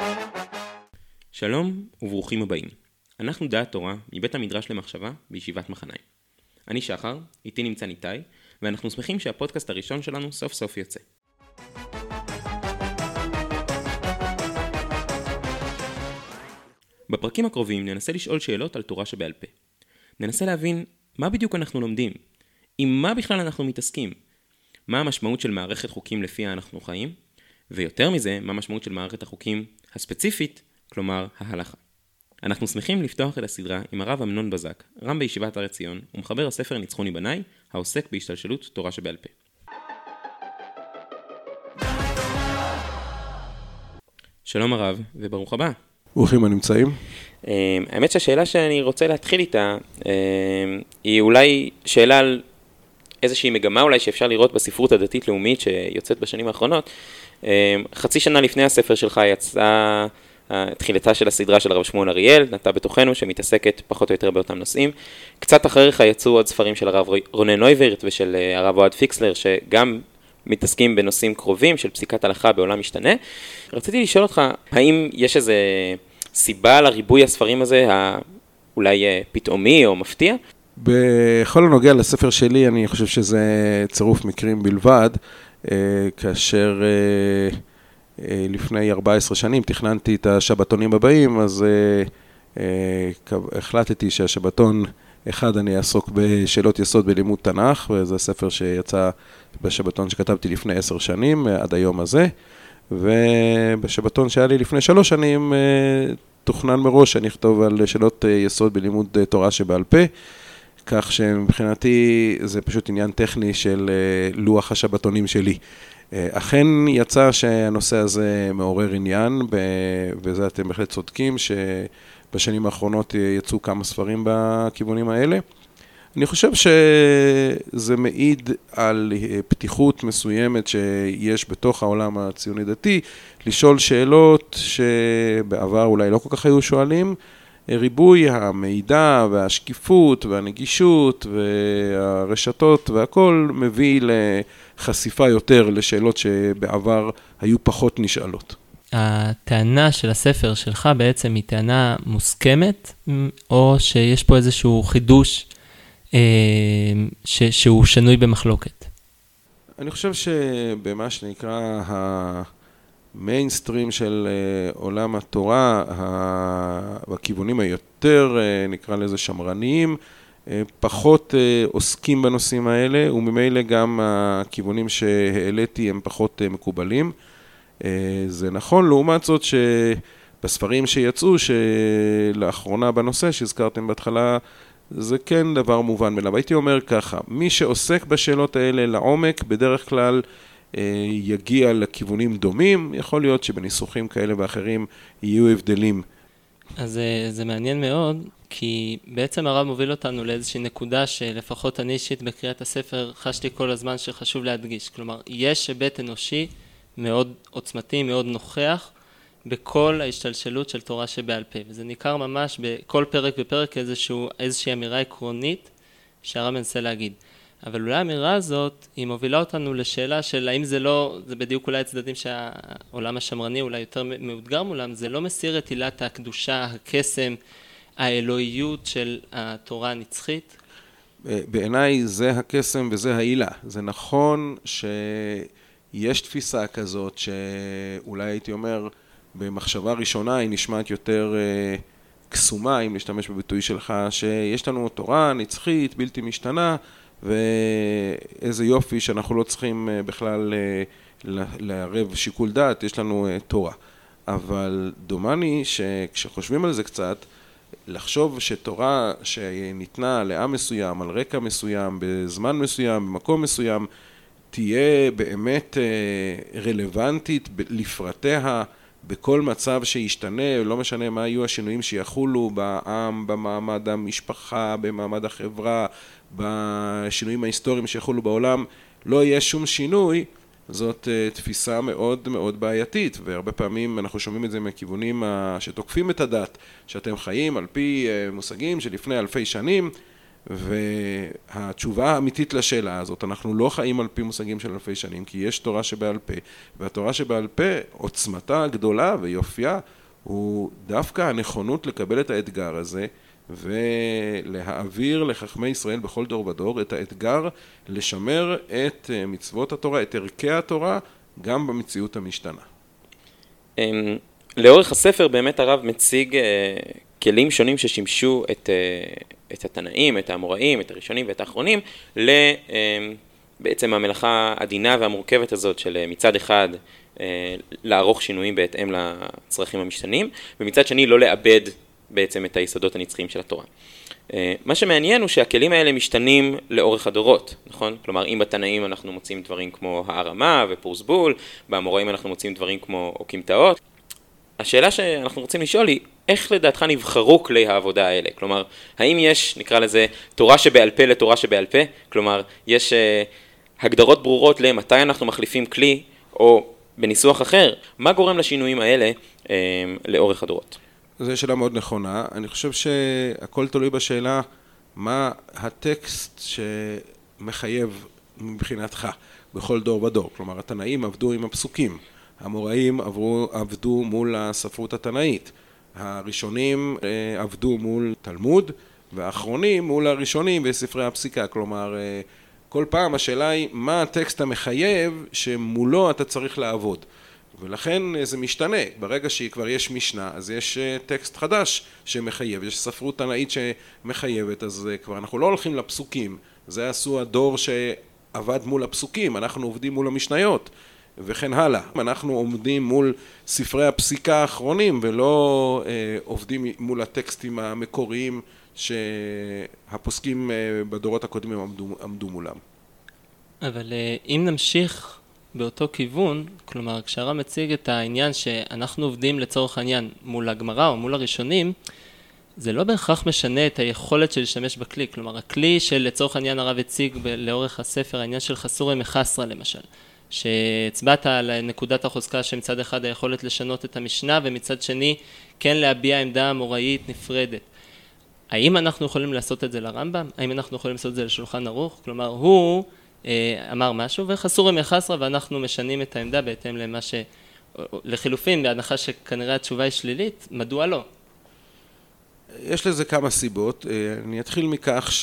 שלום וברוכים הבאים. אנחנו דעת תורה מבית המדרש למחשבה בישיבת מחניים. אני שחר, איתי נמצא ניתאי, ואנחנו שמחים שהפודקאסט הראשון שלנו סוף סוף יוצא. בפרקים הקרובים ננסה לשאול שאלות על תורה שבעל פה. ננסה להבין מה בדיוק אנחנו לומדים, עם מה בכלל אנחנו מתעסקים, מה המשמעות של מערכת חוקים לפיה אנחנו חיים, ויותר מזה, מה המשמעות של מערכת החוקים הספציפית, כלומר ההלכה. אנחנו שמחים לפתוח את הסדרה עם הרב אמנון בזק, רם בישיבת הר עציון ומחבר הספר ניצחוני בניי, העוסק בהשתלשלות תורה שבעל פה. שלום הרב וברוך הבא. ברוכים הנמצאים. האמת שהשאלה שאני רוצה להתחיל איתה היא אולי שאלה על איזושהי מגמה אולי שאפשר לראות בספרות הדתית לאומית שיוצאת בשנים האחרונות. חצי שנה לפני הספר שלך יצאה תחילתה של הסדרה של הרב שמואל אריאל, נתה בתוכנו, שמתעסקת פחות או יותר באותם נושאים. קצת אחריך יצאו עוד ספרים של הרב רונן נויברט ושל הרב אוהד פיקסלר, שגם מתעסקים בנושאים קרובים של פסיקת הלכה בעולם משתנה. רציתי לשאול אותך, האם יש איזו סיבה לריבוי הספרים הזה, אולי פתאומי או מפתיע? בכל הנוגע לספר שלי, אני חושב שזה צירוף מקרים בלבד, כאשר לפני 14 שנים תכננתי את השבתונים הבאים, אז החלטתי שהשבתון אחד אני אעסוק בשאלות יסוד בלימוד תנ"ך, וזה ספר שיצא בשבתון שכתבתי לפני 10 שנים, עד היום הזה, ובשבתון שהיה לי לפני 3 שנים, תוכנן מראש שאני אכתוב על שאלות יסוד בלימוד תורה שבעל פה, כך שמבחינתי זה פשוט עניין טכני של לוח השבתונים שלי. אכן יצא שהנושא הזה מעורר עניין, וזה אתם בהחלט צודקים שבשנים האחרונות יצאו כמה ספרים בכיוונים האלה. אני חושב שזה מעיד על פתיחות מסוימת שיש בתוך העולם הציוני דתי, לשאול שאלות שבעבר אולי לא כל כך היו שואלים. ריבוי המידע והשקיפות והנגישות והרשתות והכל מביא לחשיפה יותר לשאלות שבעבר היו פחות נשאלות. הטענה של הספר שלך בעצם היא טענה מוסכמת, או שיש פה איזשהו חידוש שהוא שנוי במחלוקת? אני חושב שבמה שנקרא המיינסטרים של עולם התורה, בכיוונים היותר, נקרא לזה שמרניים, פחות עוסקים בנושאים האלה, וממילא גם הכיוונים שהעליתי הם פחות מקובלים. זה נכון, לעומת זאת שבספרים שיצאו, שלאחרונה בנושא שהזכרתם בהתחלה, זה כן דבר מובן מאליו. הייתי אומר ככה, מי שעוסק בשאלות האלה לעומק, בדרך כלל יגיע לכיוונים דומים, יכול להיות שבניסוחים כאלה ואחרים יהיו הבדלים. אז זה מעניין מאוד, כי בעצם הרב מוביל אותנו לאיזושהי נקודה שלפחות אני אישית בקריאת הספר חשתי כל הזמן שחשוב להדגיש. כלומר, יש היבט אנושי מאוד עוצמתי, מאוד נוכח, בכל ההשתלשלות של תורה שבעל פה. וזה ניכר ממש בכל פרק ופרק איזושהי אמירה עקרונית שהרב מנסה להגיד. אבל אולי האמירה הזאת היא מובילה אותנו לשאלה של האם זה לא, זה בדיוק אולי הצדדים שהעולם השמרני אולי יותר מאותגר מולם, זה לא מסיר את עילת הקדושה, הקסם, האלוהיות של התורה הנצחית? בעיניי זה הקסם וזה העילה. זה נכון שיש תפיסה כזאת שאולי הייתי אומר במחשבה ראשונה היא נשמעת יותר קסומה, אם להשתמש בביטוי שלך, שיש לנו תורה נצחית, בלתי משתנה, ואיזה יופי שאנחנו לא צריכים בכלל לערב שיקול דעת, יש לנו תורה. אבל דומני שכשחושבים על זה קצת, לחשוב שתורה שניתנה לעם מסוים, על רקע מסוים, בזמן מסוים, במקום מסוים, תהיה באמת רלוונטית לפרטיה בכל מצב שישתנה, לא משנה מה יהיו השינויים שיחולו בעם, במעמד המשפחה, במעמד החברה, בשינויים ההיסטוריים שיחולו בעולם, לא יהיה שום שינוי. זאת תפיסה מאוד מאוד בעייתית, והרבה פעמים אנחנו שומעים את זה מהכיוונים שתוקפים את הדת, שאתם חיים על פי מושגים שלפני אלפי שנים, והתשובה האמיתית לשאלה הזאת, אנחנו לא חיים על פי מושגים של אלפי שנים, כי יש תורה שבעל פה, והתורה שבעל פה, עוצמתה הגדולה ויופייה, הוא דווקא הנכונות לקבל את האתגר הזה, ולהעביר לחכמי ישראל בכל דור ודור את האתגר לשמר את מצוות התורה, את ערכי התורה, גם במציאות המשתנה. לאורך הספר באמת הרב מציג כלים שונים ששימשו את התנאים, את האמוראים, את הראשונים ואת האחרונים, בעצם המלאכה העדינה והמורכבת הזאת של מצד אחד לערוך שינויים בהתאם לצרכים המשתנים, ומצד שני לא לאבד בעצם את היסודות הנצחיים של התורה. מה שמעניין הוא שהכלים האלה משתנים לאורך הדורות, נכון? כלומר, אם בתנאים אנחנו מוצאים דברים כמו הערמה ופורסבול, באמוראים אנחנו מוצאים דברים כמו אוקימתאות. השאלה שאנחנו רוצים לשאול היא, איך לדעתך נבחרו כלי העבודה האלה? כלומר, האם יש, נקרא לזה, תורה שבעל פה לתורה שבעל פה? כלומר, יש הגדרות ברורות למתי אנחנו מחליפים כלי, או בניסוח אחר, מה גורם לשינויים האלה לאורך הדורות? זו שאלה מאוד נכונה. אני חושב שהכל תלוי בשאלה מה הטקסט שמחייב מבחינתך בכל דור ודור. כלומר, התנאים עבדו עם הפסוקים, האמוראים עבדו מול הספרות התנאית, הראשונים עבדו מול תלמוד, והאחרונים מול הראשונים בספרי הפסיקה. כלומר, כל פעם השאלה היא מה הטקסט המחייב שמולו אתה צריך לעבוד. ולכן זה משתנה. ברגע שכבר יש משנה, אז יש טקסט חדש שמחייב, יש ספרות תנאית שמחייבת, אז כבר אנחנו לא הולכים לפסוקים. זה עשו הדור שעבד מול הפסוקים, אנחנו עובדים מול המשניות, וכן הלאה. אנחנו עומדים מול ספרי הפסיקה האחרונים, ולא עובדים מול הטקסטים המקוריים שהפוסקים בדורות הקודמים עמדו מולם. אבל אם נמשיך באותו כיוון, כלומר, כשהרב מציג את העניין שאנחנו עובדים לצורך העניין מול הגמרא או מול הראשונים, זה לא בהכרח משנה את היכולת של להשתמש בכלי. כלומר, הכלי של לצורך העניין הרב הציג לאורך הספר, העניין של חסורי מחסרה למשל, שהצבעת על נקודת החוזקה שמצד אחד היכולת לשנות את המשנה, ומצד שני כן להביע עמדה אמוראית נפרדת. האם אנחנו יכולים לעשות את זה לרמב"ם? האם אנחנו יכולים לעשות את זה לשולחן ערוך? כלומר, הוא אמר משהו וחסורי מחסרה, ואנחנו משנים את העמדה בהתאם למה לחילופין, בהנחה שכנראה התשובה היא שלילית, מדוע לא? יש לזה כמה סיבות. אני אתחיל מכך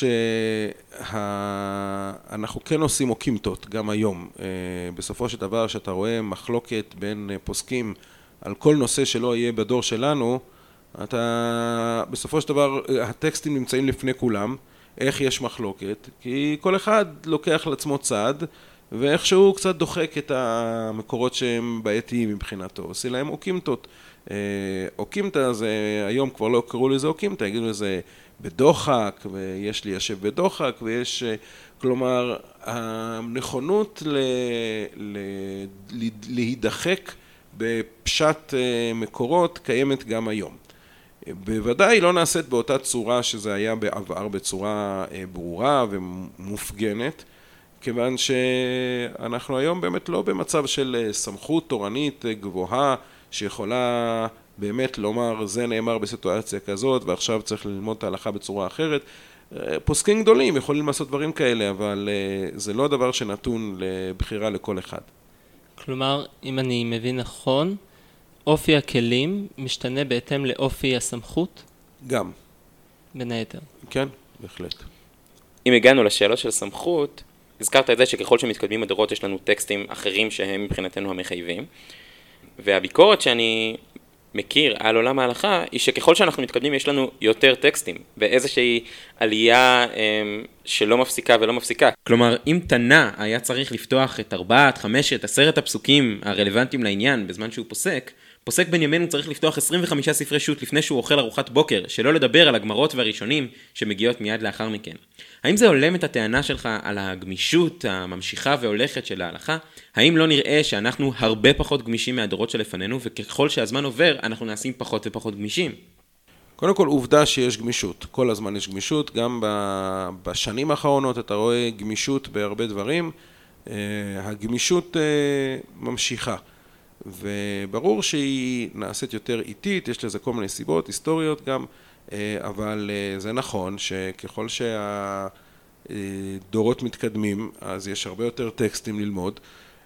שאנחנו כן עושים אוקימתות גם היום. בסופו של דבר שאתה רואה מחלוקת בין פוסקים על כל נושא שלא יהיה בדור שלנו, אתה בסופו של דבר הטקסטים נמצאים לפני כולם. איך יש מחלוקת? כי כל אחד לוקח לעצמו צד, ואיכשהו קצת דוחק את המקורות שהם בעייתיים מבחינתו. עושה להם אוקימתות. אוקימתא זה, היום כבר לא קראו לזה אוקימתא, יגידו לזה בדוחק, ויש לי ישב בדוחק, ויש, כלומר, הנכונות להידחק בפשט מקורות קיימת גם היום. בוודאי לא נעשית באותה צורה שזה היה בעבר, בצורה ברורה ומופגנת, כיוון שאנחנו היום באמת לא במצב של סמכות תורנית גבוהה, שיכולה באמת לומר זה נאמר בסיטואציה כזאת ועכשיו צריך ללמוד את ההלכה בצורה אחרת. פוסקים גדולים יכולים לעשות דברים כאלה, אבל זה לא דבר שנתון לבחירה לכל אחד. כלומר, אם אני מבין נכון, אופי הכלים משתנה בהתאם לאופי הסמכות? גם. בין היתר. כן, בהחלט. אם הגענו לשאלות של סמכות, הזכרת את זה שככל שמתקדמים הדורות יש לנו טקסטים אחרים שהם מבחינתנו המחייבים, והביקורת שאני מכיר על עולם ההלכה היא שככל שאנחנו מתקדמים יש לנו יותר טקסטים באיזושהי עלייה שלא מפסיקה ולא מפסיקה. כלומר, אם תנא היה צריך לפתוח את 4, 5, 10 הפסוקים הרלוונטיים לעניין בזמן שהוא פוסק בן ימינו צריך לפתוח 25 ספרי שו"ת לפני שהוא אוכל ארוחת בוקר, שלא לדבר על הגמרות והראשונים שמגיעות מיד לאחר מכן. האם זה עולם את הטענה שלך על הגמישות הממשיכה והולכת של ההלכה? האם לא נראה שאנחנו הרבה פחות גמישים מהדורות שלפנינו, וככל שהזמן עובר אנחנו נעשים פחות ופחות גמישים? קודם כל, עובדה שיש גמישות. כל הזמן יש גמישות. גם בשנים האחרונות אתה רואה גמישות בהרבה דברים. הגמישות ממשיכה. וברור שהיא נעשית יותר איטית, יש לזה כל מיני סיבות, היסטוריות גם, אבל זה נכון שככל שהדורות מתקדמים, אז יש הרבה יותר טקסטים ללמוד.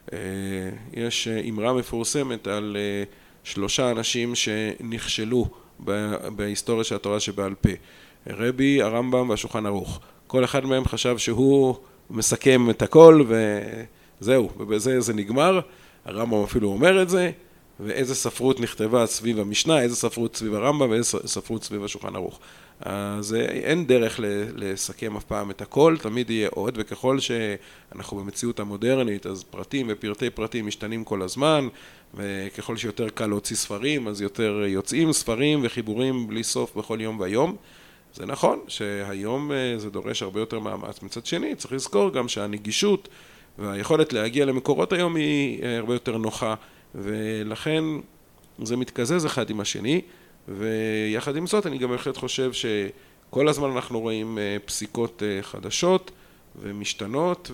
יש אמרה מפורסמת על 3 אנשים שנכשלו בהיסטוריה של התורה שבעל פה. רבי, הרמב"ם והשולחן ערוך. כל אחד מהם חשב שהוא מסכם את הכל וזהו, ובזה זה נגמר. הרמב"ם אפילו אומר את זה, ואיזה ספרות נכתבה סביב המשנה, איזה ספרות סביב הרמב"ם ואיזה ספרות סביב השולחן ערוך. אז אין דרך לסכם אף פעם את הכל, תמיד יהיה עוד, וככל שאנחנו במציאות המודרנית, אז פרטים ופרטי פרטים משתנים כל הזמן, וככל שיותר קל להוציא ספרים, אז יותר יוצאים ספרים וחיבורים בלי סוף בכל יום ויום. זה נכון שהיום זה דורש הרבה יותר מאמץ. מצד שני, צריך לזכור גם שהנגישות והיכולת להגיע למקורות היום היא הרבה יותר נוחה, ולכן זה מתקזז אחד עם השני, ויחד עם זאת אני גם בהחלט חושב שכל הזמן אנחנו רואים פסיקות חדשות ומשתנות,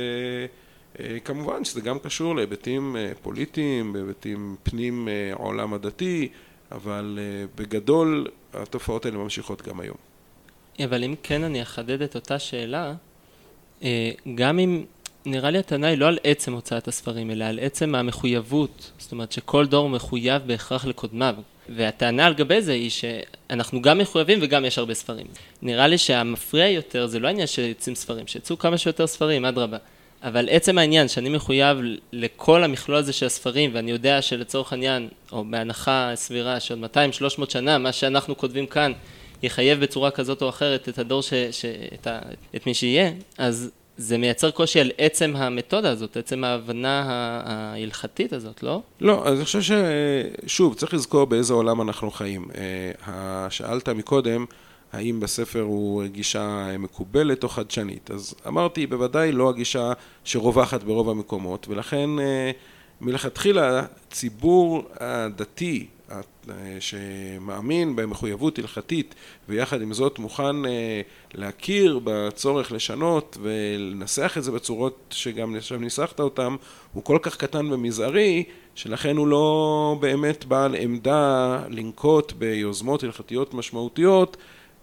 וכמובן שזה גם קשור להיבטים פוליטיים, בהיבטים פנים העולם הדתי, אבל בגדול התופעות האלה ממשיכות גם היום. אבל אם כן אני אחדד את אותה שאלה, גם אם נראה לי הטענה היא לא על עצם הוצאת הספרים, אלא על עצם המחויבות, זאת אומרת שכל דור מחויב בהכרח לקודמיו, והטענה על גבי זה היא שאנחנו גם מחויבים וגם יש הרבה ספרים. נראה לי שהמפריע יותר זה לא העניין שיוצאים ספרים, שיצאו כמה שיותר ספרים, אדרבה, אבל עצם העניין שאני מחויב לכל המכלול הזה של הספרים, ואני יודע שלצורך העניין, או בהנחה סבירה של 200-300 שנה, מה שאנחנו כותבים כאן יחייב בצורה כזאת או אחרת את הדור את מי שיהיה, אז זה מייצר קושי על עצם המתודה הזאת, עצם ההבנה ההלכתית הזאת, לא? לא, אז אני חושב ששוב, צריך לזכור באיזה עולם אנחנו חיים. שאלת מקודם, האם בספר הוא גישה מקובלת או חדשנית. אז אמרתי, בוודאי לא הגישה שרווחת ברוב המקומות, ולכן מלכתחילה ציבור הדתי, שמאמין במחויבות הלכתית ויחד עם זאת מוכן להכיר בצורך לשנות ולנסח את זה בצורות שגם ניסחת אותם, הוא כל כך קטן ומזערי שלכן הוא לא באמת בעל עמדה לנקוט ביוזמות הלכתיות משמעותיות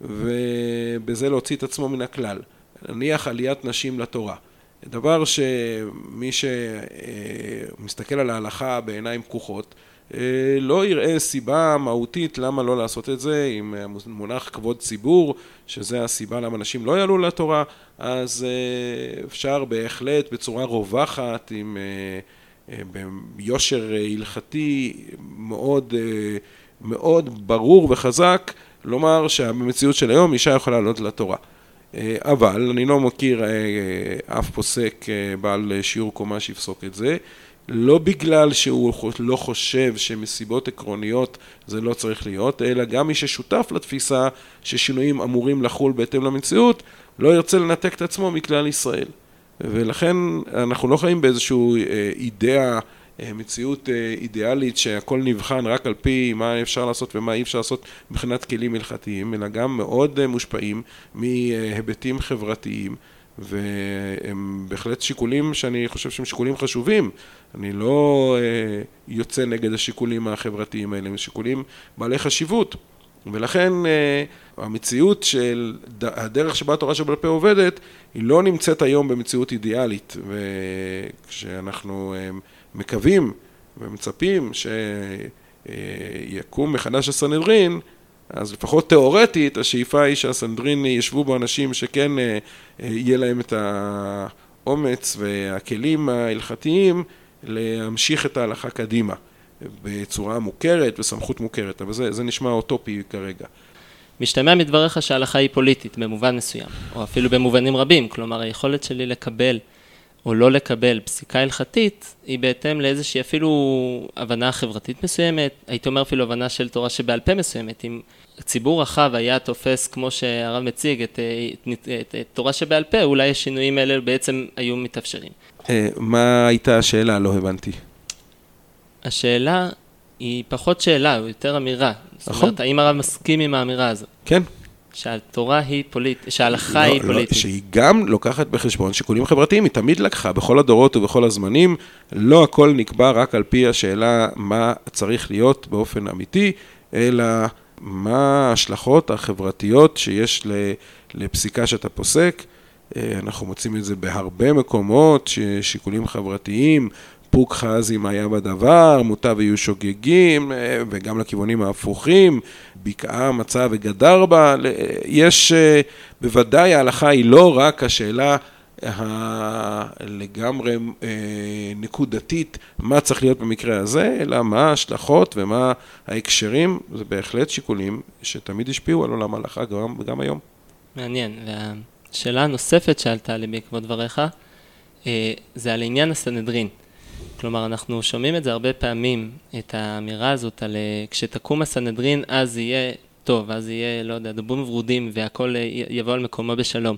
ובזה להוציא את עצמו מן הכלל. נניח עליית נשים לתורה. דבר שמי שמסתכל על ההלכה בעיניים פקוחות לא יראה סיבה מהותית למה לא לעשות את זה, עם מונח כבוד ציבור, שזה הסיבה למה אנשים לא יעלו לתורה, אז אפשר בהחלט בצורה רווחת, עם ביושר הלכתי מאוד, מאוד ברור וחזק, לומר שבמציאות של היום אישה יכולה לעלות לתורה. אבל אני לא מכיר אף פוסק בעל שיעור קומה שיפסוק את זה, לא בגלל שהוא לא חושב שמסיבות עקרוניות זה לא צריך להיות, אלא גם מי ששותף לתפיסה ששינויים אמורים לחול בהתאם למציאות, לא ירצה לנתק את עצמו מכלל ישראל. ולכן אנחנו לא חיים באיזשהו אידאה, מציאות אידיאלית שהכל נבחן רק על פי מה אפשר לעשות ומה אי אפשר לעשות מבחינת כלים הלכתיים, אלא גם מאוד מושפעים מהיבטים חברתיים, והם בהחלט שיקולים שאני חושב שהם שיקולים חשובים. אני לא יוצא נגד השיקולים החברתיים האלה, הם שיקולים בעלי חשיבות. ולכן המציאות של הדרך שבה התורה שבעל פה עובדת, היא לא נמצאת היום במציאות אידיאלית. וכשאנחנו מקווים ומצפים שיקום מחדש הסנהדרין, אז לפחות תיאורטית, השאיפה היא שהסנהדרין ישבו בו אנשים שכן יהיה להם את האומץ והכלים ההלכתיים להמשיך את ההלכה קדימה בצורה מוכרת וסמכות מוכרת, אבל זה נשמע אוטופי כרגע. משתמע מדבריך שההלכה היא פוליטית במובן מסוים, או אפילו במובנים רבים, כלומר היכולת שלי לקבל או לא לקבל פסיקה הלכתית, היא בהתאם לאיזושהי אפילו הבנה חברתית מסוימת, הייתי אומר אפילו הבנה של תורה שבעל פה מסוימת. אם הציבור רחב היה תופס, כמו שהרב מציג, את תורה שבעל פה, אולי השינויים האלה בעצם היו מתאפשרים. מה הייתה השאלה? לא הבנתי. השאלה היא פחות שאלה, או יותר אמירה. זאת אומרת, האם הרב מסכים עם האמירה הזאת? כן. שהתורה היא פוליטית, שההלכה היא פוליטית. שהיא גם לוקחת בחשבון שיקולים חברתיים, היא תמיד לקחה בכל הדורות ובכל הזמנים, לא הכל נקבע רק על פי השאלה מה צריך להיות באופן אמיתי, אלא מה ההשלכות החברתיות שיש לפסיקה שאתה פוסק. אנחנו מוצאים את זה בהרבה מקומות, שיקולים חברתיים, פוק חזי מה היה בדבר, מוטב יהיו שוגגים, וגם לכיוונים ההפוכים, בקעה מצא וגדר בה. יש, בוודאי ההלכה היא לא רק השאלה לגמרי נקודתית מה צריך להיות במקרה הזה, אלא מה ההשלכות ומה ההקשרים. זה בהחלט שיקולים שתמיד השפיעו על עולם ההלכה גם היום. מעניין. והשאלה הנוספת שעלתה לי בעקבות דבריך, זה על עניין הסנהדרין. כלומר, אנחנו שומעים את זה הרבה פעמים, את האמירה הזאת על כשתקום הסנהדרין, אז יהיה טוב, אז יהיה, לא יודע, דבורים ורודים, והכל יבוא על מקומו בשלום.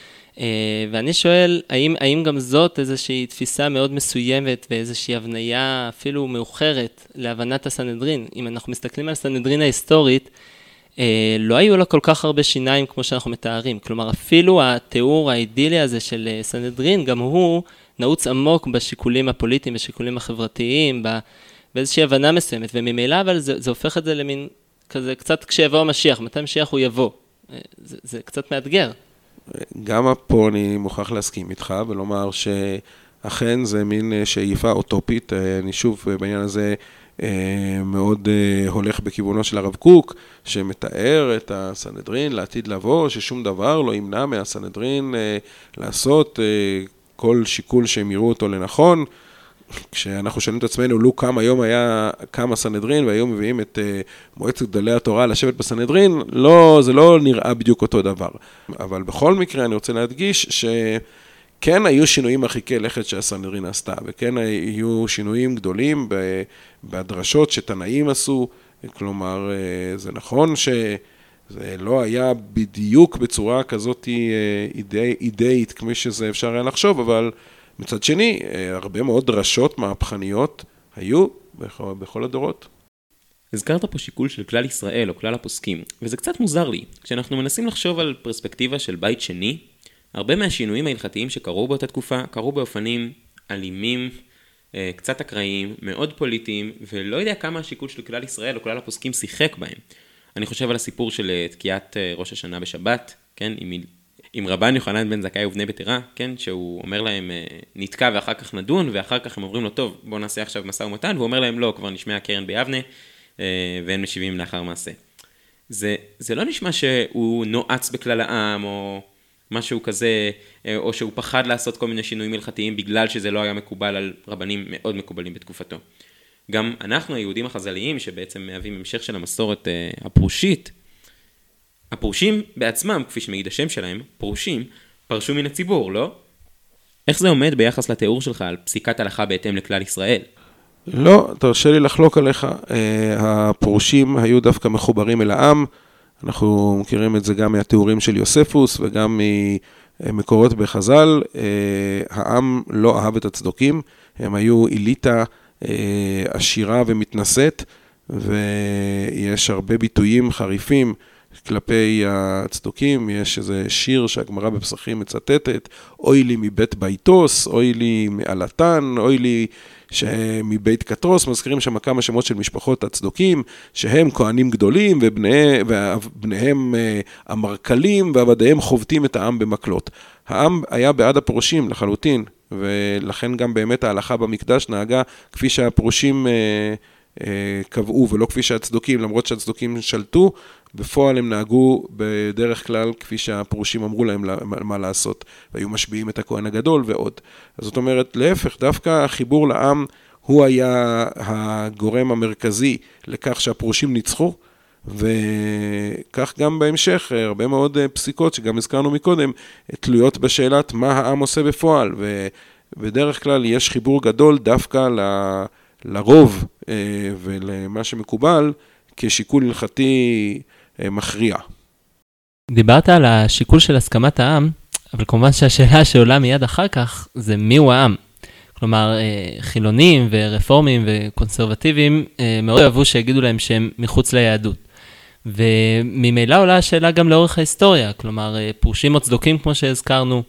ואני שואל, האם גם זאת איזושהי תפיסה מאוד מסוימת, ואיזושהי הבניה אפילו מאוחרת להבנת הסנהדרין? אם אנחנו מסתכלים על הסנהדרין ההיסטורית, לא היו לה כל כך הרבה שיניים כמו שאנחנו מתארים. כלומר, אפילו התיאור האידילי הזה של סנהדרין, גם הוא נעוץ עמוק בשיקולים הפוליטיים, בשיקולים החברתיים, באיזושהי הבנה מסוימת, וממילא אבל זה הופך את זה למין כזה, קצת כשיבוא המשיח, מתי המשיח הוא יבוא. זה קצת מאתגר. גם פה אני מוכרח להסכים איתך, ולומר שאכן זה מין שאיפה אוטופית. אני שוב בעניין הזה מאוד הולך בכיוונו של הרב קוק, שמתאר את הסנהדרין לעתיד לבוא, ששום דבר לא ימנע מהסנהדרין לעשות כל שיקול שהם יראו אותו לנכון. כשאנחנו שואלים את עצמנו, לו קם היום היה קם הסנהדרין, והיו מביאים את מועצת גדולי התורה לשבת בסנהדרין, לא, זה לא נראה בדיוק אותו דבר. אבל בכל מקרה אני רוצה להדגיש שכן היו שינויים מרחיקי לכת שהסנהדרין עשתה, וכן היו שינויים גדולים בדרשות שתנאים עשו. כלומר, זה נכון זה לא היה בדיוק בצורה כזאת אידאית כמי שזה אפשר היה לחשוב, אבל מצד שני, הרבה מאוד דרשות מהפכניות היו בכל הדורות. הזכרת פה שיקול של כלל ישראל או כלל הפוסקים, וזה קצת מוזר לי. כשאנחנו מנסים לחשוב על פרספקטיבה של בית שני, הרבה מהשינויים ההלכתיים שקרו באותה תקופה, קרו באופנים אלימים, קצת אקראיים, מאוד פוליטיים, ולא יודע כמה השיקול של כלל ישראל או כלל הפוסקים שיחק בהם. אני חושב על הסיפור של תקיעת ראש השנה בשבת, כן, עם רבן יוחנן בן זכאי ובני ביתרה, כן, שהוא אומר להם נתקע ואחר כך נדון, ואחר כך הם אומרים לו, טוב, בוא נעשה עכשיו משא ומתן, והוא אומר להם, לא, כבר נשמע קרן ביבנה, והם משיבים לאחר מעשה. זה לא נשמע שהוא נועץ בכלל העם, או משהו כזה, או שהוא פחד לעשות כל מיני שינויים הלכתיים, בגלל שזה לא היה מקובל על רבנים מאוד מקובלים בתקופתו. גם אנחנו, היהודים החז"ליים, שבעצם מהווים המשך של המסורת הפרושית, הפרושים בעצמם, כפי שמעיד השם שלהם, פרושים, פרשו מן הציבור, לא? איך זה עומד ביחס לתיאור שלך על פסיקת הלכה בהתאם לכלל ישראל? לא, תרשה לי לחלוק עליך. הפרושים היו דווקא מחוברים אל העם. אנחנו מכירים את זה גם מהתיאורים של יוספוס וגם ממקורות בחז"ל. העם לא אהב את הצדוקים, הם היו אליטה עשירה ומתנשאת, ויש הרבה ביטויים חריפים כלפי הצדוקים. יש איזה שיר שהגמרא בפסחים מצטטת, אוי לי מבית ביתוס, אוי לי מעלתן, אוי לי מבית קטרוס. מזכירים שם כמה שמות של משפחות הצדוקים, שהם כהנים גדולים, ובניהם המרקלים, ועבדיהם חובטים את העם במקלות. העם היה בעד הפרושים לחלוטין, ולכן גם באמת ההלכה במקדש נהגה כפי שהפרושים קבעו, ולא כפי שהצדוקים, למרות שהצדוקים שלטו, בפועל הם נהגו בדרך כלל כפי שהפרושים אמרו להם מה לעשות, והיו משביעים את הכהן הגדול ועוד. אז זאת אומרת, להפך, דווקא החיבור לעם הוא היה הגורם המרכזי לכך שהפרושים ניצחו, וכך גם בהמשך, הרבה מאוד פסיקות שגם הזכרנו מקודם, תלויות בשאלת מה העם עושה בפועל, ובדרך כלל יש חיבור גדול דווקא לרוב ולמה שמקובל כשיקול הלכתי מכריע. דיברת על השיקול של הסכמת העם, אבל כמובן שהשאלה שעולה מיד אחר כך זה מיהו העם. כלומר, חילונים ורפורמים וקונסרבטיבים מאוד אהבו שיגידו להם שהם מחוץ ליהדות. וממילא עולה השאלה גם לאורך ההיסטוריה, כלומר, פרושים או צדוקים כמו שהזכרנו,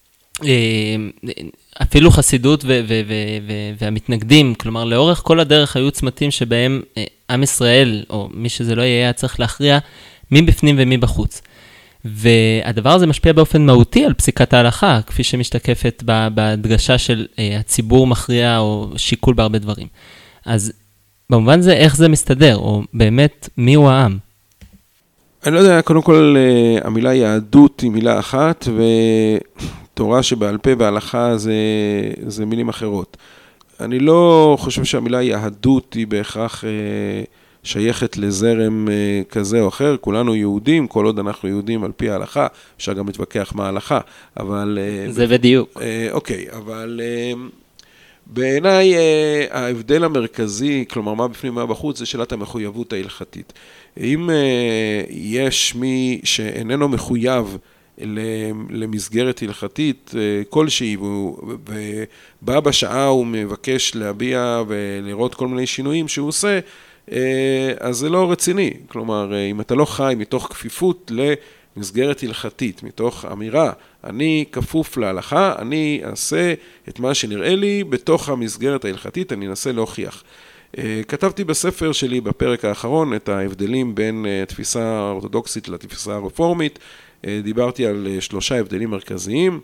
אפילו חסידות והמתנגדים, כלומר, לאורך כל הדרך היו צמתים שבהם עם ישראל, או מי שזה לא יהיה, צריך להכריע מי בפנים ומי בחוץ. והדבר הזה משפיע באופן מהותי על פסיקת ההלכה, כפי שמשתקפת בהדגשה של הציבור מכריע או שיקול בהרבה דברים. אז במובן זה, איך זה מסתדר, או באמת, מי הוא העם? אני לא יודע, קודם כל, המילה יהדות היא מילה אחת, ותורה שבעל פה והלכה זה מילים אחרות. אני לא חושב שהמילה יהדות היא בהכרח שייכת לזרם כזה או אחר, כולנו יהודים, כל עוד אנחנו יהודים על פי ההלכה, אפשר גם להתווכח מה ההלכה, אבל... זה בדיוק. אוקיי, אבל בעיניי ההבדל המרכזי, כלומר מה בפנים ומה בחוץ, זה שאלת המחויבות ההלכתית. אם יש מי שאיננו מחויב למסגרת הלכתית כלשהי, ובא בשעה הוא מבקש להביע ולראות כל מיני שינויים שהוא עושה, אז זה לא רציני. כלומר, אם אתה לא חי מתוך כפיפות למסגרת הלכתית, מתוך אמירה, אני כפוף להלכה, אני אעשה את מה שנראה לי בתוך המסגרת ההלכתית, אני אנסה להוכיח. כתבתי בספר שלי בפרק האחרון את ההבדלים בין התפיסה האורתודוקסית לתפיסה הרפורמית, דיברתי על 3 הבדלים מרכזיים,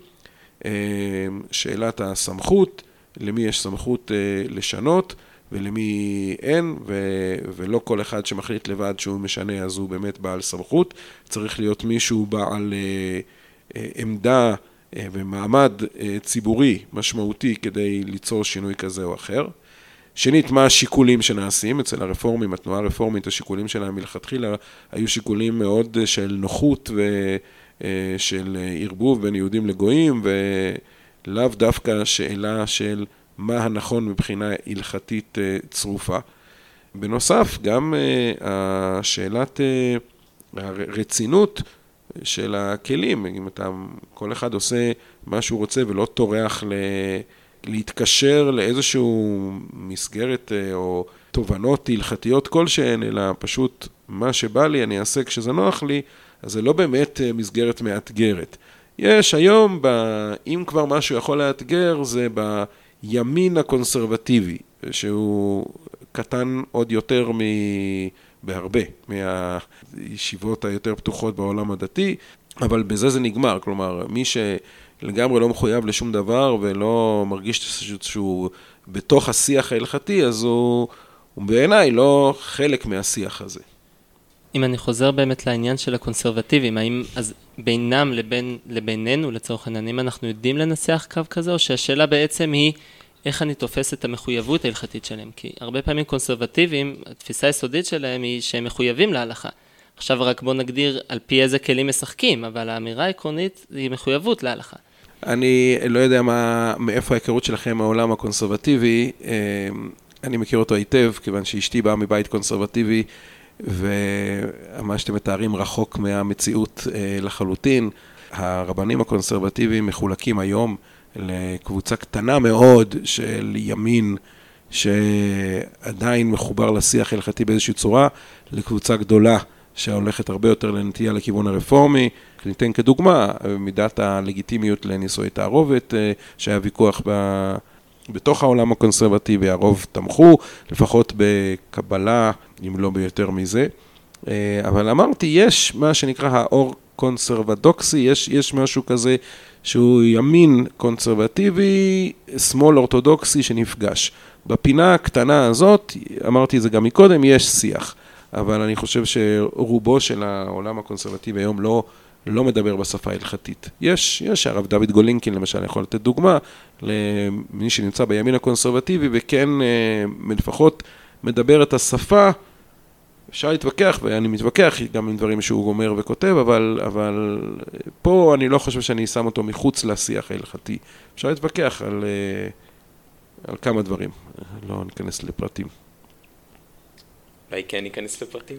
שאלת הסמכות, למי יש סמכות לשנות ולמי אין, ולא כל אחד שמחליט לבד שהוא משנה אז הוא באמת בעל סמכות, צריך להיות מישהו בעל עמדה ומעמד ציבורי משמעותי כדי ליצור שינוי כזה או אחר. שנית, מה השיקולים שנעשים? אצל הרפורמים, התנועה הרפורמית, השיקולים שלהם מלכתחילה היו שיקולים מאוד של נוחות ושל ערבוב בין יהודים לגויים, ולאו דווקא שאלה של מה הנכון מבחינה הלכתית צרופה. בנוסף, גם השאלת הרצינות של הכלים, אם כל אחד עושה מה שהוא רוצה ולא טורח להתקשר לאיזשהו מסגרת או תובנות הלכתיות כלשהן, אלא פשוט מה שבא לי אני אעשה כשזה נוח לי, אז זה לא באמת מסגרת מאתגרת. יש היום, אם כבר משהו יכול לאתגר, זה בימין הקונסרבטיבי, שהוא קטן עוד יותר בהרבה מהישיבות היותר פתוחות בעולם הדתי, אבל בזה זה נגמר. כלומר, מי שלגמרי לא מחויב לשום דבר ולא מרגיש שהוא בתוך השיח ההלכתי, אז הוא בעיניי לא חלק מהשיח הזה. אם אני חוזר באמת לעניין של הקונסרבטיבים, האם אז בינם לבינינו לצורך העניין, האם אנחנו יודעים לנסח קו כזה, או שהשאלה בעצם היא איך אני תופס את המחויבות ההלכתית שלהם? כי הרבה פעמים קונסרבטיבים, התפיסה היסודית שלהם היא שהם מחויבים להלכה. עכשיו רק בוא נגדיר על פי איזה כלים משחקים, אבל האמירה העקרונית היא מחויבות להלכה. אני לא יודע מאיפה ההיכרות שלכם מהעולם הקונסרבטיבי, אני מכיר אותו היטב, כיוון שאשתי באה מבית קונסרבטיבי, ומה שאתם מתארים רחוק מהמציאות לחלוטין. הרבנים הקונסרבטיביים מחולקים היום לקבוצה קטנה מאוד של ימין שעדיין מחובר לשיח הלכתי באיזושהי צורה, לקבוצה גדולה שהולכת הרבה יותר לנטייה לכיוון הרפורמי. ניתן כדוגמה מידת הלגיטימיות לנישואי תערובת, שהיה ויכוח בתוך העולם הקונסרבטיבי, הרוב תמכו, לפחות בקבלה, אם לא ביותר מזה. אבל אמרתי, יש מה שנקרא האור קונסרבדוקסי, יש משהו כזה שהוא ימין קונסרבטיבי, שמאל אורתודוקסי שנפגש. בפינה הקטנה הזאת, אמרתי את זה גם מקודם, יש שיח. אבל אני חושב שרובו של העולם הקונסרבטיבי היום לא מדבר בשפה ההלכתית. יש הרב דוד גולינקין למשל, יכול לתת דוגמה למי שנמצא בימין הקונסרבטיבי, וכן לפחות מדבר את השפה, אפשר להתווכח, ואני מתווכח גם עם דברים שהוא אומר וכותב, אבל פה אני לא חושב שאני שם אותו מחוץ לשיח ההלכתי. אפשר להתווכח על כמה דברים, לא ניכנס לפרטים. אולי כן ניכנס לפרטים?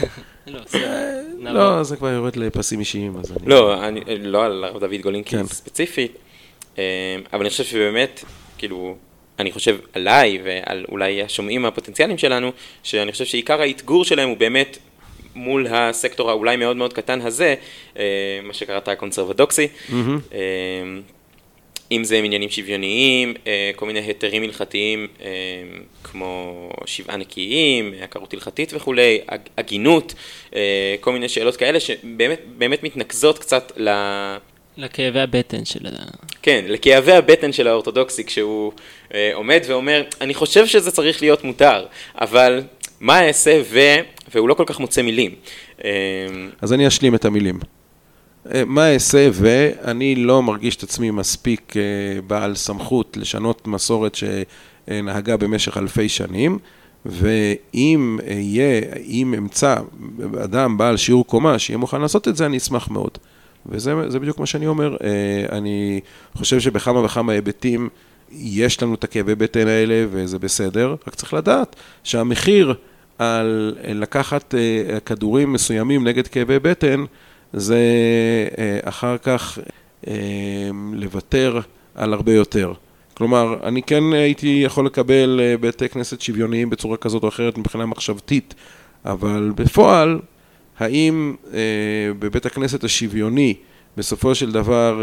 לא, זה כבר יורד לפסים אישיים. לא על הרב דוד גולינקין ספציפית, אבל אני חושב שבאמת, כאילו, אני חושב עליי ועל אולי השומעים הפוטנציאליים שלנו, שאני חושב שעיקר ההתגור שלהם הוא באמת מול הסקטור האולי מאוד מאוד קטן הזה, מה שקראת הקונסרבדוקסי. אם זה עניינים שוויוניים, כל מיני היתרים הלכתיים כמו שבעה נקיים, עקרות הלכתית וכולי, הגינות, כל מיני שאלות כאלה שבאמת מתנקזות קצת לכאבי הבטן של כן, לכאבי הבטן של האורתודוקסי, כשהוא עומד ואומר, אני חושב שזה צריך להיות מותר, אבל מה אעשה והוא לא כל כך מוצא מילים. אז אני אשלים את המילים. מה אעשה ואני לא מרגיש את עצמי מספיק בעל סמכות לשנות מסורת שנהגה במשך אלפי שנים, ואם אמצא אדם בעל שיעור קומה שיהיה מוכן לעשות את זה, אני אשמח מאוד. וזה בדיוק מה שאני אומר. אני חושב שבכמה וכמה היבטים יש לנו את הכאבי בטן האלה, וזה בסדר, רק צריך לדעת שהמחיר על לקחת כדורים מסוימים נגד כאבי בטן, זה אחר כך לוותר על הרבה יותר. כלומר, אני כן הייתי יכול לקבל בתי כנסת שוויוניים בצורה כזאת או אחרת מבחינה מחשבתית, אבל בפועל, האם בבית הכנסת השוויוני, בסופו של דבר,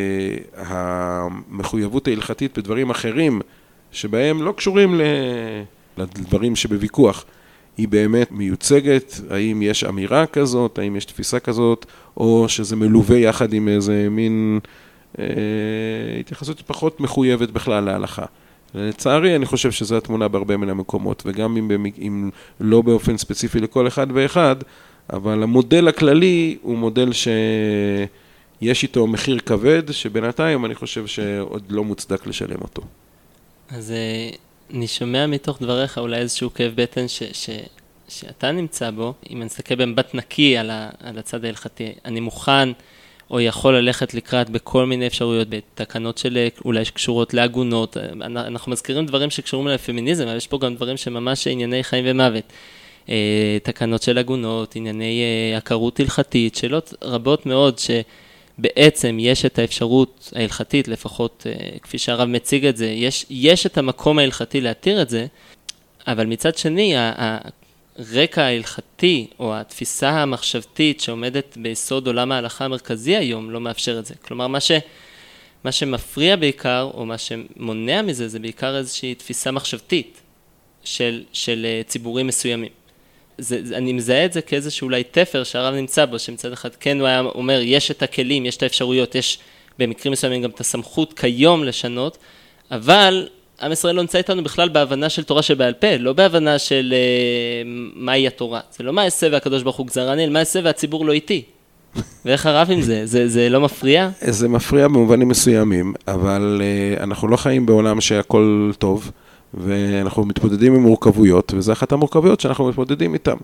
המחויבות ההלכתית בדברים אחרים, שבהם לא קשורים לדברים שבוויכוח, היא באמת מיוצגת? האם יש אמירה כזאת? האם יש תפיסה כזאת? או שזה מלווה יחד עם איזה מין התייחסות פחות מחויבת בכלל להלכה? לצערי, אני חושב שזו התמונה בהרבה מן המקומות, וגם אם לא באופן ספציפי לכל אחד ואחד, אבל המודל הכללי הוא מודל שיש איתו מחיר כבד, שבינתיים אני חושב שעוד לא מוצדק לשלם אותו. אז אני שומע מתוך דבריך אולי איזשהו כאב בטן שאתה נמצא בו, אם אני אסתכל במבט נקי על הצד ההלכתי, אני מוכן או יכול ללכת לקראת בכל מיני אפשרויות, בתקנות של אולי שקשורות לעגונות, אנחנו מזכירים דברים שקשורים לפמיניזם, אבל יש פה גם דברים שממש ענייני חיים ומוות, תקנות של עגונות, ענייני עקרות הלכתית, שאלות רבות מאוד שבעצם יש את האפשרות ההלכתית, לפחות כפי שהרב מציג את זה, יש את המקום ההלכתי להתיר את זה, אבל מצד שני, הרקע ההלכתי או התפיסה המחשבתית שעומדת ביסוד עולם ההלכה המרכזי היום לא מאפשר את זה. כלומר, מה שמפריע בעיקר, או מה שמונע מזה, זה בעיקר איזושהי תפיסה מחשבתית של ציבורים מסוימים. אני מזהה את זה כאיזשהו אולי תפר שהרב נמצא בו, שמצד אחד כן הוא היה אומר, יש את הכלים, יש את האפשרויות, יש במקרים מסוימים גם את הסמכות כיום לשנות, אבל עם ישראל לא נמצא איתנו בכלל בהבנה של תורה שבעל פה, לא בהבנה של מהי התורה. זה לא מה אעשה והקדוש ברוך הוא גזרני, מה אעשה והציבור לא איתי. ואיך הרב עם זה? זה לא מפריע? זה מפריע במובנים מסוימים, אבל אנחנו לא חיים בעולם שהכל טוב, ואנחנו מתמודדים עם מורכבויות, וזה אחת המורכבויות שאנחנו מתמודדים איתן.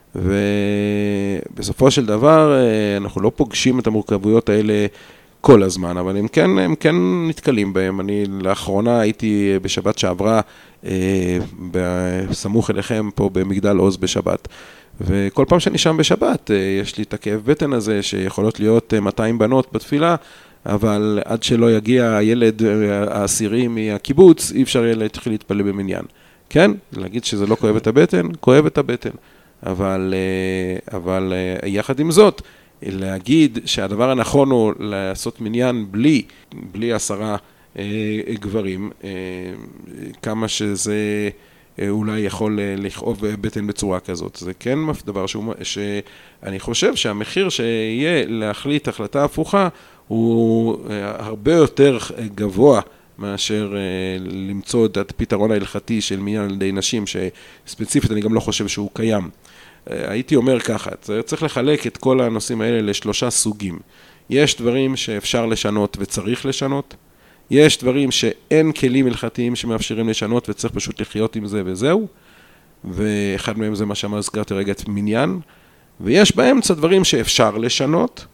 ובסופו של דבר, אנחנו לא פוגשים את המורכבויות האלה כל הזמן, אבל הם כן נתקלים בהם. אני לאחרונה הייתי בשבת שעברה, בסמוך אליכם פה במגדל עוז בשבת, וכל פעם שאני שם בשבת, יש לי את הכאב בטן הזה, שיכולות להיות 200 בנות בתפילה, אבל עד שלא יגיע הילד העשירי מהקיבוץ, אי אפשר להתחיל להתפלל במניין. כן? להגיד שזה לא כואב את הבטן? כואב את הבטן. אבל יחד עם זאת, להגיד שהדבר הנכון הוא לעשות מניין בלי 10 גברים, כמה שזה אולי יכול לכאוב בטן בצורה כזאת. זה כן דבר שאני חושב שהמחיר שיהיה להחליט החלטה הפוכה, הוא הרבה יותר גבוה מאשר למצוא את הפתרון ההלכתי של מניין על ידי נשים, שספציפית אני גם לא חושב שהוא קיים. הייתי אומר ככה, צריך לחלק את כל הנושאים האלה ל3 סוגים. יש דברים שאפשר לשנות וצריך לשנות, יש דברים שאין כלים הלכתיים שמאפשרים לשנות וצריך פשוט לחיות עם זה וזהו, ואחד מהם זה מה שהזכרתי רגע את מניין, ויש באמצע דברים שאפשר לשנות,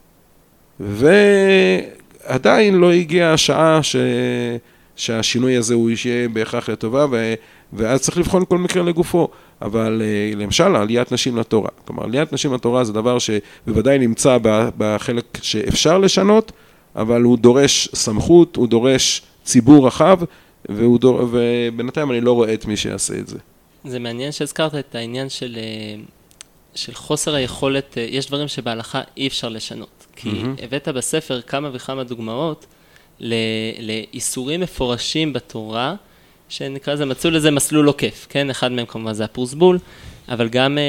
ועדיין לא הגיעה השעה שהשינוי הזה הוא יהיה בהכרח לטובה, ואז צריך לבחון כל מקרה לגופו. אבל למשל, עליית נשים לתורה. כלומר, עליית נשים לתורה זה דבר שבוודאי נמצא בחלק שאפשר לשנות, אבל הוא דורש סמכות, הוא דורש ציבור רחב, ובינתיים אני לא רואה את מי שיעשה את זה. זה מעניין שהזכרת את העניין של חוסר היכולת, יש דברים שבהלכה אי אפשר לשנות. כי הבאת בספר כמה וכמה דוגמאות לאיסורים מפורשים בתורה, שנקרא לזה, מצאו לזה מסלול עוקף, כן? אחד מהם כמובן זה הפרוסבול, אבל גם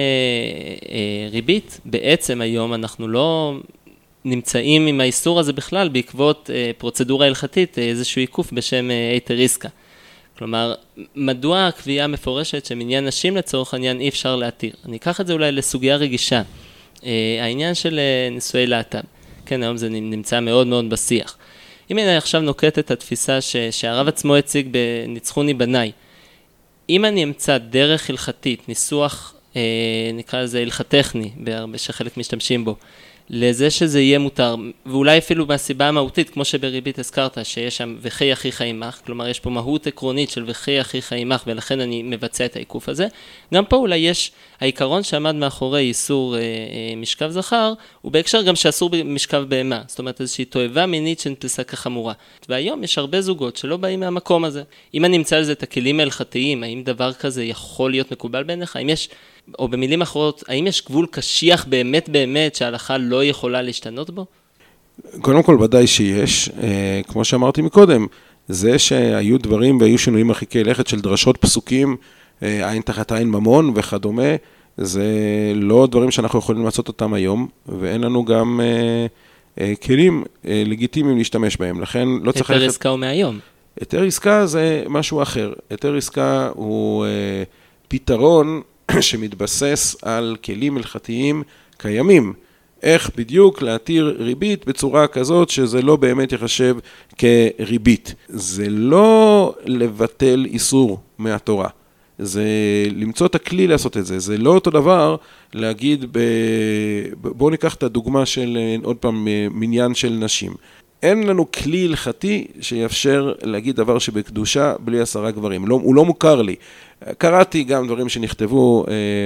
ריבית, בעצם היום אנחנו לא נמצאים עם האיסור הזה בכלל, בעקבות פרוצדורה הלכתית, איזשהו עיקוף בשם היתר עסקה. כלומר, מדוע הקביעה המפורשת שמניין נשים לצורך העניין אי אפשר להתיר? אני אקח את זה אולי לסוגיה רגישה. העניין של נישואי להט"ב. כן, היום זה נמצא מאוד מאוד בשיח. אם אני עכשיו נוקט את התפיסה שהרב עצמו הציג בניצחוני בניי, אם אני אמצא דרך הלכתית, ניסוח, נקרא לזה הלכת טכני, שחלק משתמשים בו, לזה שזה יהיה מותר, ואולי אפילו מהסיבה המהותית, כמו שבריבית הזכרת, שיש שם וכי אחיך עמך, כלומר יש פה מהות עקרונית של וכי אחיך עמך, ולכן אני מבצע את העיקוף הזה. גם פה אולי יש העיקרון שעמד מאחורי איסור משכב זכר, הוא בהקשר גם שאסור משכב בהמה, זאת אומרת איזושהי תועבה מינית שנתפסה כחמורה. והיום יש הרבה זוגות שלא באים מהמקום הזה. אם אני אמצא לזה את הכלים ההלכתיים, האם דבר כזה יכול להיות מקובל בעיניך? האם יש, או במילים אחרות, האם יש גבול קשיח באמת באמת שההלכה לא יכולה להשתנות בו? קודם כל ודאי שיש, כמו שאמרתי מקודם, זה שהיו דברים והיו שינויים מרחיקי לכת של דרשות פסוקים, עין תחת עין ממון וכדומה, זה לא דברים שאנחנו יכולים לעשות אותם היום, ואין לנו גם כלים לגיטימיים להשתמש בהם, לכן לא צריך... היתר עסקה הוא מהיום. היתר עסקה זה משהו אחר, היתר עסקה הוא פתרון שמתבסס על כלים הלכתיים קיימים, איך בדיוק להתיר ריבית בצורה כזאת שזה לא באמת יחשב כריבית. זה לא לבטל איסור מהתורה, זה למצוא את הכלי לעשות את זה. זה לא אותו דבר להגיד, בואו ניקח את הדוגמה של עוד פעם מניין של נשים. אין לנו כלי הלכתי שיאפשר להגיד דבר שבקדושה בלי 10 גברים. הוא לא מוכר לי. קראתי גם דברים שנכתבו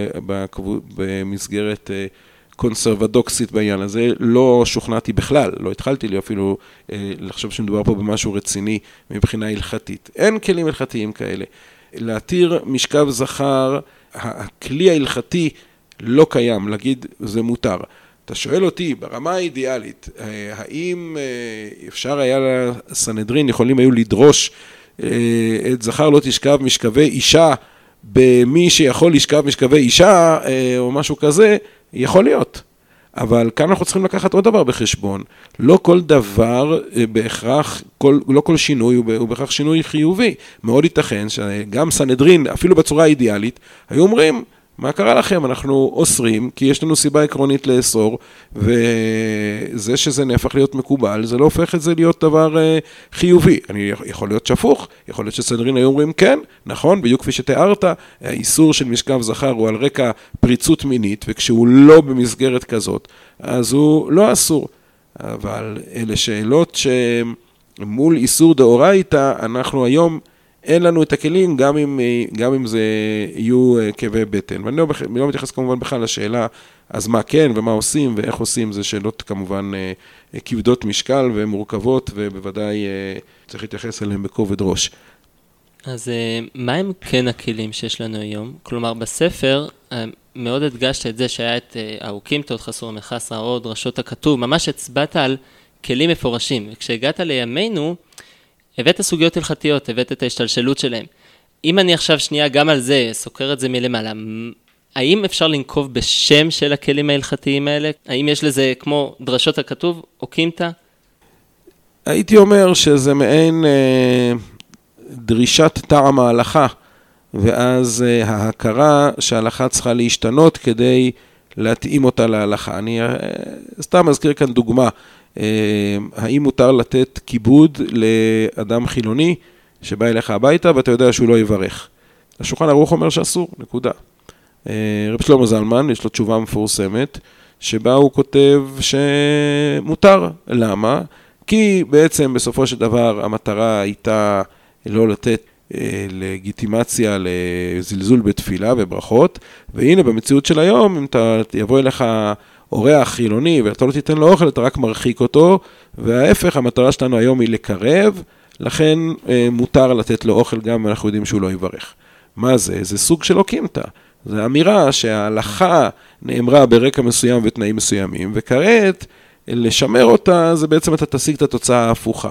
במסגרת קונסרבדוקסית בעניין הזה, לא שוכנעתי בכלל, לא התחלתי לי אפילו לחשוב שמדובר פה במשהו רציני מבחינה הלכתית. אין כלים הלכתיים כאלה. להתיר משכב זכר, הכלי ההלכתי לא קיים, להגיד זה מותר. אתה שואל אותי, ברמה האידיאלית, האם אפשר היה לסנהדרין, יכולים היו לדרוש את זכר לא תשכב משכבי אישה, במי שיכול לשכב משכבי אישה או משהו כזה, יכול להיות. אבל כאן אנחנו צריכים לקחת עוד דבר בחשבון. לא כל דבר בהכרח, לא כל שינוי הוא בהכרח שינוי חיובי. מאוד ייתכן שגם סנהדרין, אפילו בצורה האידיאלית, היו אומרים, מה קרה לכם? אנחנו אוסרים, כי יש לנו סיבה עקרונית לאסור, וזה שזה נהפך להיות מקובל, זה לא הופך את זה להיות דבר חיובי. אני יכול להיות שפוך, יכול להיות שסנהדרין היו אומרים כן, נכון, בדיוק כפי שתיארת, האיסור של משכב זכר הוא על רקע פריצות מינית, וכשהוא לא במסגרת כזאת, אז הוא לא אסור. אבל אלה שאלות שמול איסור דאורייתא, אנחנו היום אין לנו את הכלים, גם אם זה יהיו כאבי בטן. ואני לא מתייחס כמובן בכלל לשאלה, אז מה כן ומה עושים ואיך עושים, זה שאלות כמובן כבדות משקל ומורכבות, ובוודאי צריך להתייחס אליהם בכובד ראש. אז מה הם כן הכלים שיש לנו היום? כלומר, בספר מאוד הדגשת את זה שהיה את האוקימתות, חסור המחסרה, או דרשות הכתוב, ממש הצבעת על כלים מפורשים, וכשהגעת לימינו, הבאת סוגיות הלכתיות, הבאת את ההשתלשלות שלהם. אם אני עכשיו שנייה גם על זה, סוקר את זה מלמעלה, האם אפשר לנקוב בשם של הכלים ההלכתיים האלה? האם יש לזה כמו דרשות הכתוב, אוקימתא? הייתי אומר שזה מעין דרישת טעם ההלכה, ואז ההכרה שההלכה צריכה להשתנות כדי להתאים אותה להלכה. אני סתם אזכיר כאן דוגמה, האם מותר לתת כיבוד לאדם חילוני שבא אליך הביתה ואתה יודע שהוא לא יברך? השולחן ערוך אומר שאסור, נקודה. רב שלמה זלמן יש לו תשובה מפורסמת שבה הוא כותב שמותר. למה? כי בעצם בסופו של דבר המטרה הייתה לא לתת לגיטימציה לזלזול בתפילה וברכות, והנה במציאות של היום אם אתה יבוא אליך אורח חילוני ואתה לא תיתן לו אוכל, אתה רק מרחיק אותו, וההפך, המטרה שלנו היום היא לקרב, לכן מותר לתת לו אוכל גם אם אנחנו יודעים שהוא לא יברך. מה זה? זה סוג של אוקימתא. זו אמירה שההלכה נאמרה ברקע מסוים ותנאים מסוימים, וכעת לשמר אותה זה בעצם אתה תשיג את התוצאה ההפוכה.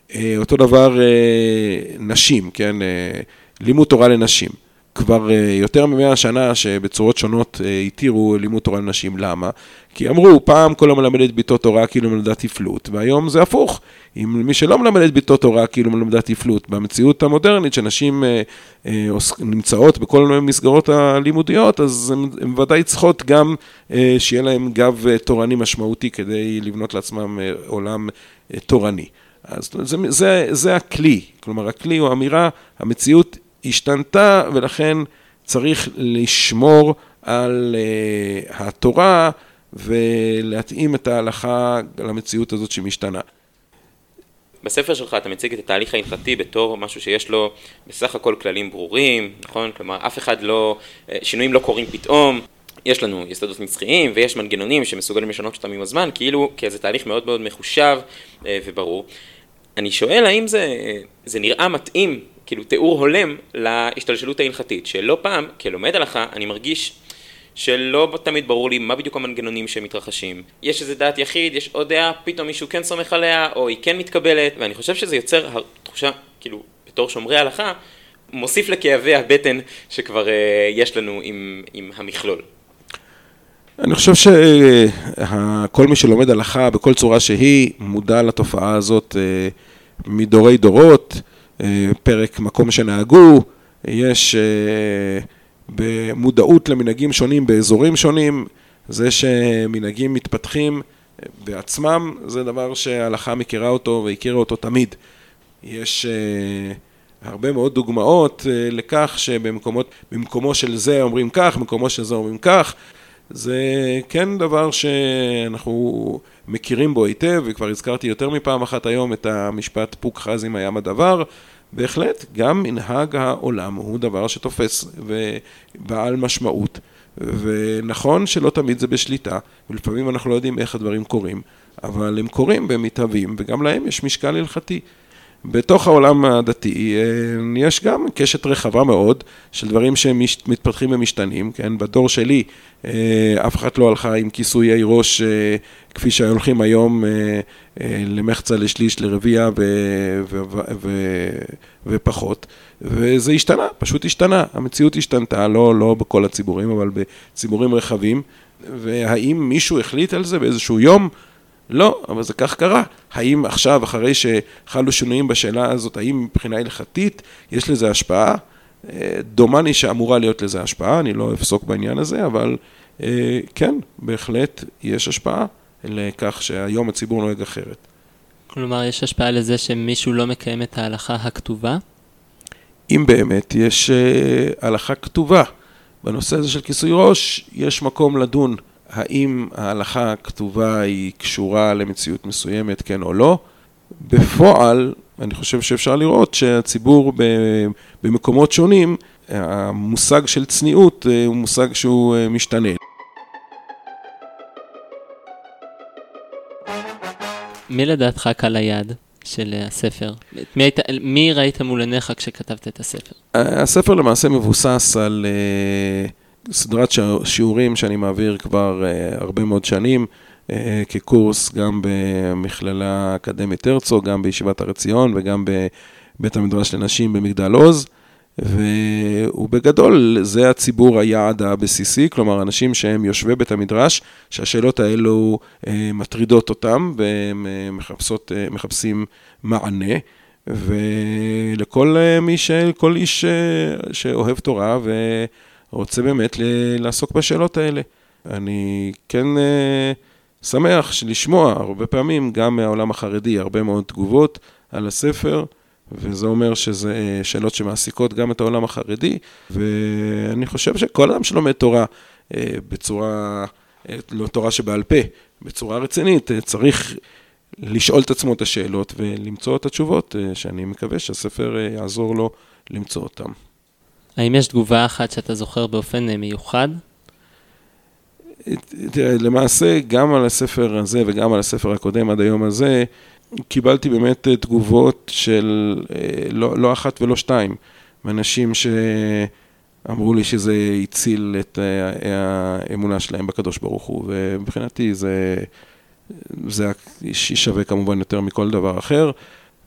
אותו דבר נשים, כן? לימוד תורה לנשים. כבר יותר מ100 שנה שבצורות שונות התירו לימוד תורה לנשים. למה? כי אמרו, פעם כל המלמד את ביתו תורה כאילו מלמדה תפלות, והיום זה הפוך. אם מי שלא מלמד את ביתו תורה כאילו מלמדה תפלות, במציאות המודרנית שנשים נמצאות בכל מסגרות הלימודיות, אז הן ודאי צריכות גם שיהיה להם גב תורני משמעותי כדי לבנות לעצמם עולם תורני. אז זה הכלי, כלומר הכלי הוא אמירה, המציאות השתנתה ולכן צריך לשמור על התורה ולהתאים את ההלכה למציאות הזאת שמשתנה. בספר שלך אתה מציג את התהליך ההלכתי בתור משהו שיש לו בסך הכל כללים ברורים, נכון? כלומר אף אחד לא, שינויים לא קורים פתאום, יש לנו יסודות נצחיים ויש מנגנונים שמסוגלים לשנות אותם עם הזמן, כאילו כי זה תהליך מאוד מאוד מחושב וברור. אני שואל האם זה נראה מתאים, כאילו תיאור הולם להשתלשלות ההלכתית, שלא פעם כלומד הלכה אני מרגיש שלא תמיד ברור לי מה בדיוק המנגנונים שמתרחשים. יש איזה דעת יחיד, יש עוד דעה, פתאום מישהו כן סומך עליה, או היא כן מתקבלת, ואני חושב שזה יוצר תחושה, כאילו, בתור שומרי ההלכה, מוסיף לכאבי הבטן שכבר יש לנו עם המכלול. אני חושב שכל מי שלומד הלכה בכל צורה שהיא, מודע לתופעה הזאת מדורי דורות, פרק מקום שנהגו, יש במודעות למנהגים שונים באזורים שונים, זה שמנהגים מתפתחים בעצמם, זה דבר שההלכה מכירה אותו והכירה אותו תמיד. יש הרבה מאוד דוגמאות לכך שבמקומו של זה אומרים כך, במקומו של זה אומרים כך, זה כן דבר שאנחנו מכירים בו היטב, וכבר הזכרתי יותר מפעם אחת היום את המשפט פוק חזי מים הדבר, בהחלט גם מנהג העולם הוא דבר שתופס ובעל משמעות, ונכון שלא תמיד זה בשליטה, ולפעמים אנחנו לא יודעים איך הדברים קורים, אבל הם קורים במתהווים, וגם להם יש משקל הלכתי. בתוך העולם הדתי יש גם קשת רחבה מאוד של דברים שמתפתחים ומשתנים, כן? בדור שלי אף אחד לא הלכה עם כיסויי ראש כפי שהולכים היום למחצה, לשליש, לרביע ופחות, וזה השתנה, פשוט השתנה, המציאות השתנתה, לא בכל הציבורים, אבל בציבורים רחבים, והאם מישהו החליט על זה באיזשהו יום? לא, אבל זה כך קרה. האם עכשיו, אחרי שחלו שינויים בשאלה הזאת, האם מבחינה הלכתית יש לזה השפעה? דומני שאמורה להיות לזה השפעה, אני לא אפסוק בעניין הזה, אבל כן, בהחלט יש השפעה לכך שהיום הציבור נוהג אחרת. כלומר, יש השפעה לזה שמישהו לא מקיים את ההלכה הכתובה? אם באמת יש הלכה כתובה, בנושא הזה של כיסוי ראש, יש מקום לדון האם ההלכה הכתובה היא קשורה למציאות מסוימת, כן או לא. בפועל, אני חושב שאפשר לראות שהציבור במקומות שונים, המושג של צניעות הוא מושג שהוא משתנה. מי לדעתך קל היד של הספר? מי ראית מול עיניך כשכתבת את הספר? הספר למעשה מבוסס על סדרת שיעורים שאני מעביר כבר הרבה מאוד שנים, כקורס גם במכללה אקדמית הרצוג, גם בישיבת הר ציון וגם בבית המדרש לנשים במגדל עוז, ובגדול זה הציבור היעד הבסיסי, כלומר אנשים שהם יושבי בית המדרש, שהשאלות האלו מטרידות אותם והם מחפשים מענה, ולכל כל איש שאוהב תורה ורוצה באמת לעסוק בשאלות האלה. אני כן שמח לשמוע הרבה פעמים גם מהעולם החרדי הרבה מאוד תגובות על הספר, וזה אומר שזה שאלות שמעסיקות גם את העולם החרדי, ואני חושב שכל אדם שלומד תורה בצורה, לא תורה שבעל פה, בצורה רצינית, צריך לשאול את עצמו את השאלות ולמצוא את התשובות, שאני מקווה שהספר יעזור לו למצוא אותם. האם יש תגובה אחת שאתה זוכר באופן מיוחד? תראה, למעשה גם על הספר הזה וגם על הספר הקודם עד היום הזה, קיבלתי באמת תגובות של לא אחת ולא שתיים, מאנשים שאמרו לי שזה הציל את האמונה שלהם בקדוש ברוך הוא, ומבחינתי זה שווה כמובן יותר מכל דבר אחר,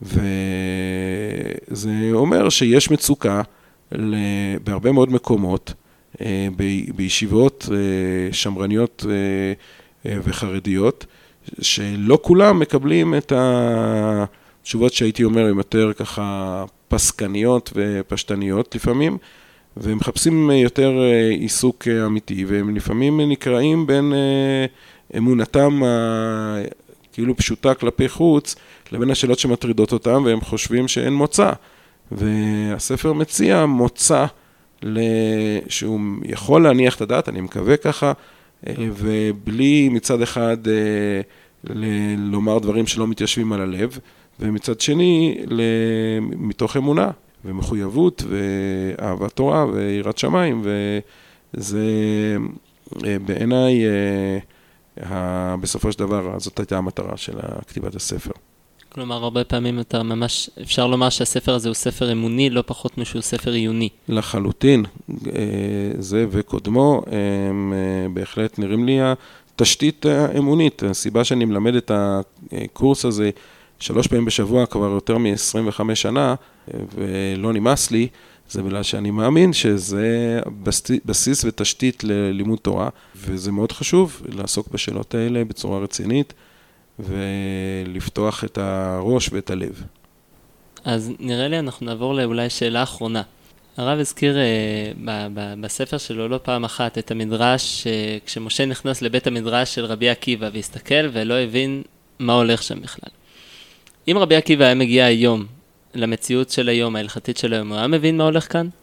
וזה אומר שיש מצוקה בהרבה מאוד מקומות, בישיבות שמרניות וחרדיות, שלא כולם מקבלים את התשובות שהייתי אומר, הם יותר ככה פסקניות ופשטניות לפעמים, והם מחפשים יותר עיסוק אמיתי, והם לפעמים נקראים בין אמונתם כאילו פשוטה כלפי חוץ, לבין השאלות שמטרידות אותם, והם חושבים שאין מוצא. והספר מציע מוצא שהוא יכול להניח את הדעת, אני מקווה ככה, ובלי מצד אחד לומר דברים שלא מתיישבים על הלב, ומצד שני מתוך אמונה ומחויבות ואהבת תורה ויראת שמיים, וזה בעיניי בסופו של דבר זאת הייתה המטרה של כתיבת הספר. כלומר, הרבה פעמים אתה ממש, אפשר לומר שהספר הזה הוא ספר אמוני, לא פחות משהו ספר עיוני. לחלוטין, זה וקודמו, הם בהחלט נראים לי התשתית האמונית. הסיבה שאני מלמד את הקורס הזה 3 פעמים בשבוע, כבר יותר מ-25 שנה, ולא נמאס לי, זה בגלל שאני מאמין שזה בסיס ותשתית ללימוד תורה, וזה מאוד חשוב לעסוק בשאלות האלה בצורה רצינית, ולפתוח את הראש ואת הלב. אז נראה לי אנחנו נעבור לאולי שאלה אחרונה. הרב הזכיר בספר שלו לא פעם אחת את המדרש, כשמשה נכנס לבית המדרש של רבי עקיבא והסתכל ולא הבין מה הולך שם בכלל. אם רבי עקיבא היה מגיע היום למציאות של היום, ההלכתית של היום, הוא היה מבין מה הולך כאן?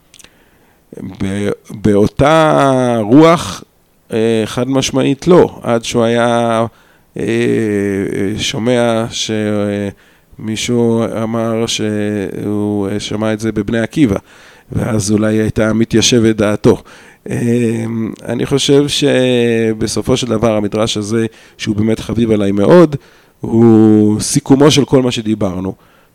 באותה רוח חד משמעית לא, עד שהוא היה שומע שמישהו אמר שהוא שמע את זה בבני עקיבא, ואז אולי הייתה מתיישבת דעתו. אני חושב שבסופו של דבר המדרש הזה, שהוא באמת חביב עליי מאוד, הוא סיכומו של כל מה שדיברנו,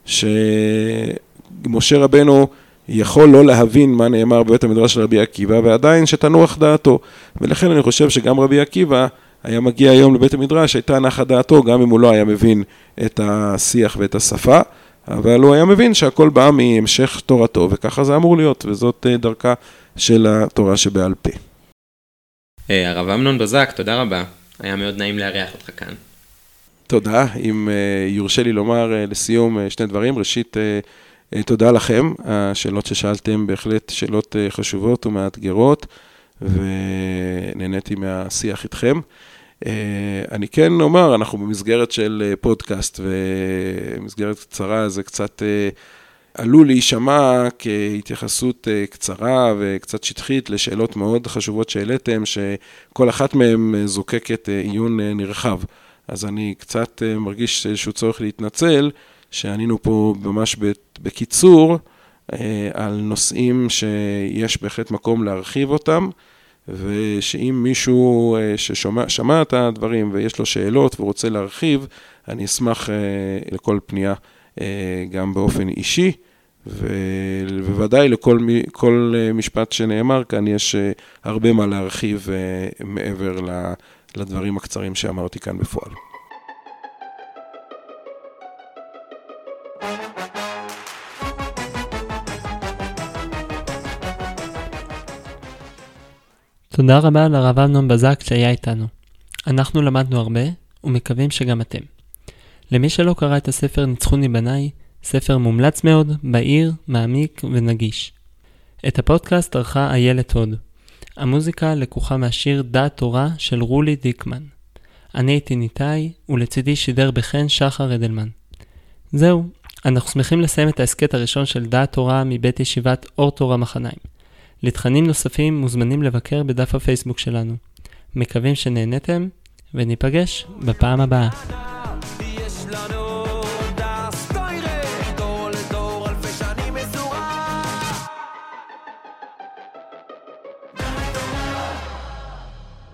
שמשה רבנו יכול לא להבין מה נאמר בבית המדרש של רבי עקיבא, ועדיין שתנוח דעתו. ולכן אני חושב שגם רבי עקיבא היה מגיע היום לבית המדרש, הייתה נחה דעתו, גם אם הוא לא היה מבין את השיח ואת השפה, אבל הוא היה מבין שהכל בא מהמשך תורתו, וככה זה אמור להיות, וזאת דרכה של התורה שבעל פה. הרב אמנון בזק, תודה רבה. היה מאוד נעים לארח אותך כאן. תודה. אם יורשה לי לומר לסיום 2 דברים. ראשית, תודה לכם. השאלות ששאלתם בהחלט שאלות חשובות ומאתגרות, ונהניתי מהשיח איתכם. אני כן אומר, אנחנו במסגרת של פודקאסט, ומסגרת קצרה זה קצת עלול להישמע כהתייחסות קצרה וקצת שטחית לשאלות מאוד חשובות שהעליתם, שכל אחת מהן זוקקת עיון נרחב. אז אני קצת מרגיש שהוא צורך להתנצל, שענינו פה ממש בקיצור על נושאים שיש בהחלט מקום להרחיב אותם, ושאם מישהו ששמע את הדברים ויש לו שאלות ורוצה להרחיב, אני אשמח לכל פנייה גם באופן אישי, ובוודאי לכל משפט שנאמר כאן יש הרבה מה להרחיב מעבר לדברים הקצרים שאמרתי כאן בפועל. תודה רבה לרב אמנון בזק שהיה איתנו. אנחנו למדנו הרבה ומקווים שגם אתם. למי שלא קרא את הספר ניצחוני בניי, ספר מומלץ מאוד, בהיר, מעמיק ונגיש. את הפודקאסט ערכה איילת הוד. המוזיקה לקוחה מהשיר דעת תורה של רולי דיקמן. אני הייתי ניתאי, ולצידי שידר בחן שחר אדלמן. זהו, אנחנו שמחים לסיים את העסקת הראשון של דעת תורה מבית ישיבת אור תורה מחניים. לתכנים נוספים מוזמנים לבקר בדף הפייסבוק שלנו. מקווים שנהנתם, וניפגש בפעם הבאה.